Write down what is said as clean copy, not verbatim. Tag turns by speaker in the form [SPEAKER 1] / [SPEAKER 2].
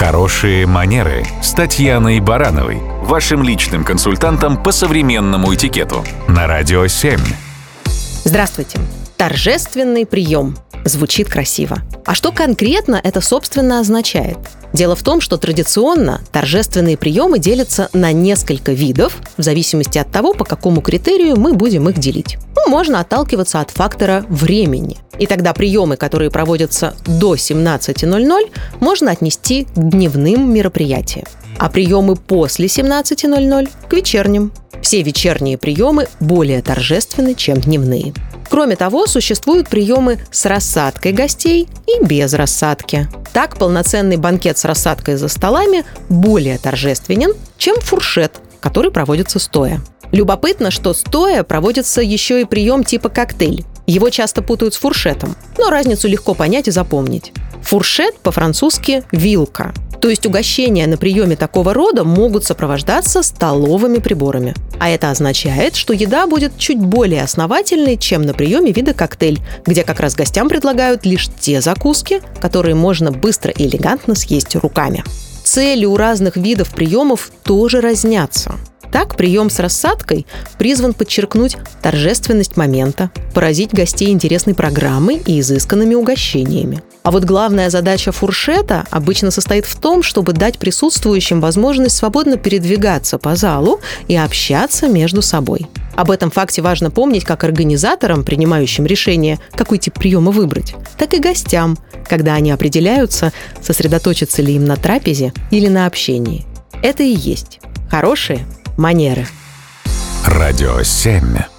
[SPEAKER 1] Хорошие манеры с Татьяной Барановой, вашим личным консультантом по современному этикету на Радио 7.
[SPEAKER 2] Здравствуйте. Торжественный прием. Звучит красиво. А что конкретно это, собственно, означает? Дело в том, что традиционно торжественные приемы делятся на несколько видов, в зависимости от того, по какому критерию мы будем их делить. Можно отталкиваться от фактора времени. И тогда приемы, которые проводятся до 17:00, можно отнести к дневным мероприятиям, а приемы после 17:00 – к вечерним. Все вечерние приемы более торжественны, чем дневные. Кроме того, существуют приемы с рассадкой гостей и без рассадки. Так, полноценный банкет с рассадкой за столами более торжественен, чем фуршет, который проводится стоя. Любопытно, что стоя проводится еще и прием типа коктейль. Его часто путают с фуршетом, но разницу легко понять и запомнить. Фуршет по-французски «вилка». То есть угощения на приеме такого рода могут сопровождаться столовыми приборами. А это означает, что еда будет чуть более основательной, чем на приеме вида коктейль, где как раз гостям предлагают лишь те закуски, которые можно быстро и элегантно съесть руками. Цели у разных видов приемов тоже разнятся. Так, прием с рассадкой призван подчеркнуть торжественность момента, поразить гостей интересной программой и изысканными угощениями. А вот главная задача фуршета обычно состоит в том, чтобы дать присутствующим возможность свободно передвигаться по залу и общаться между собой. Об этом факте важно помнить как организаторам, принимающим решение, какой тип приема выбрать, так и гостям, когда они определяются, сосредоточиться ли им на трапезе или на общении. Это и есть хорошие манеры.
[SPEAKER 1] Радио 7.